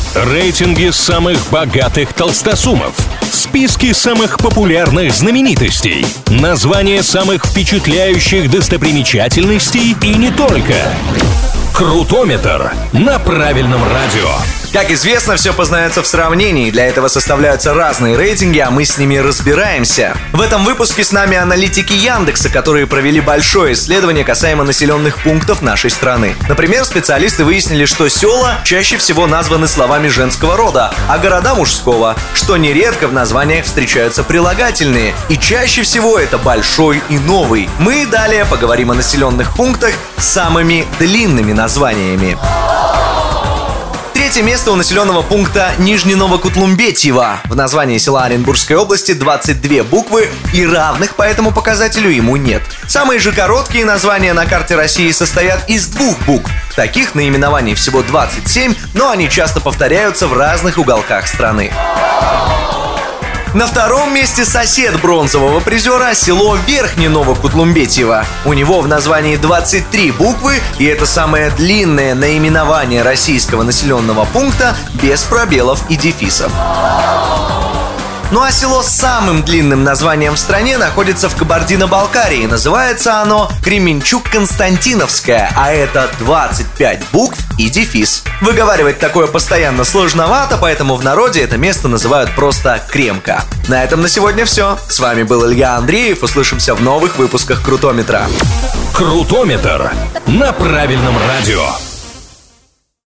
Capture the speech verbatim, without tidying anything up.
Рейтинги самых богатых толстосумов. Списки самых популярных знаменитостей. Названия самых впечатляющих достопримечательностей и не только. Крутометр на правильном радио. Как известно, все познается в сравнении. Для этого составляются разные рейтинги, а мы с ними разбираемся. В этом выпуске с нами аналитики Яндекса, которые провели большое исследование касаемо населенных пунктов нашей страны. Например, специалисты выяснили, что села чаще всего названы словами женского рода, а города мужского, что нередко в названиях встречаются прилагательные. И чаще всего это большой и новый. Мы далее поговорим о населенных пунктах с самыми длинными названиями. Третье место у населенного пункта Нижний Новокутлумбетьево. В названии села Оренбургской области двадцать две буквы, и равных по этому показателю ему нет. Самые же короткие названия на карте России состоят из двух букв. Таких наименований всего двадцать семь, но они часто повторяются в разных уголках страны. На втором месте сосед бронзового призера — село Верхний Новокутлумбетьево. У него в названии двадцать три буквы, и это самое длинное наименование российского населенного пункта без пробелов и дефисов. Ну а село с самым длинным названием в стране находится в Кабардино-Балкарии. Называется оно Кременчуг-Константиновское, а это двадцать пять букв и дефис. Выговаривать такое постоянно сложновато, поэтому в народе это место называют просто Кремка. На этом на сегодня все. С вами был Илья Андреев. Услышимся в новых выпусках Крутометра. Крутометр на правильном радио.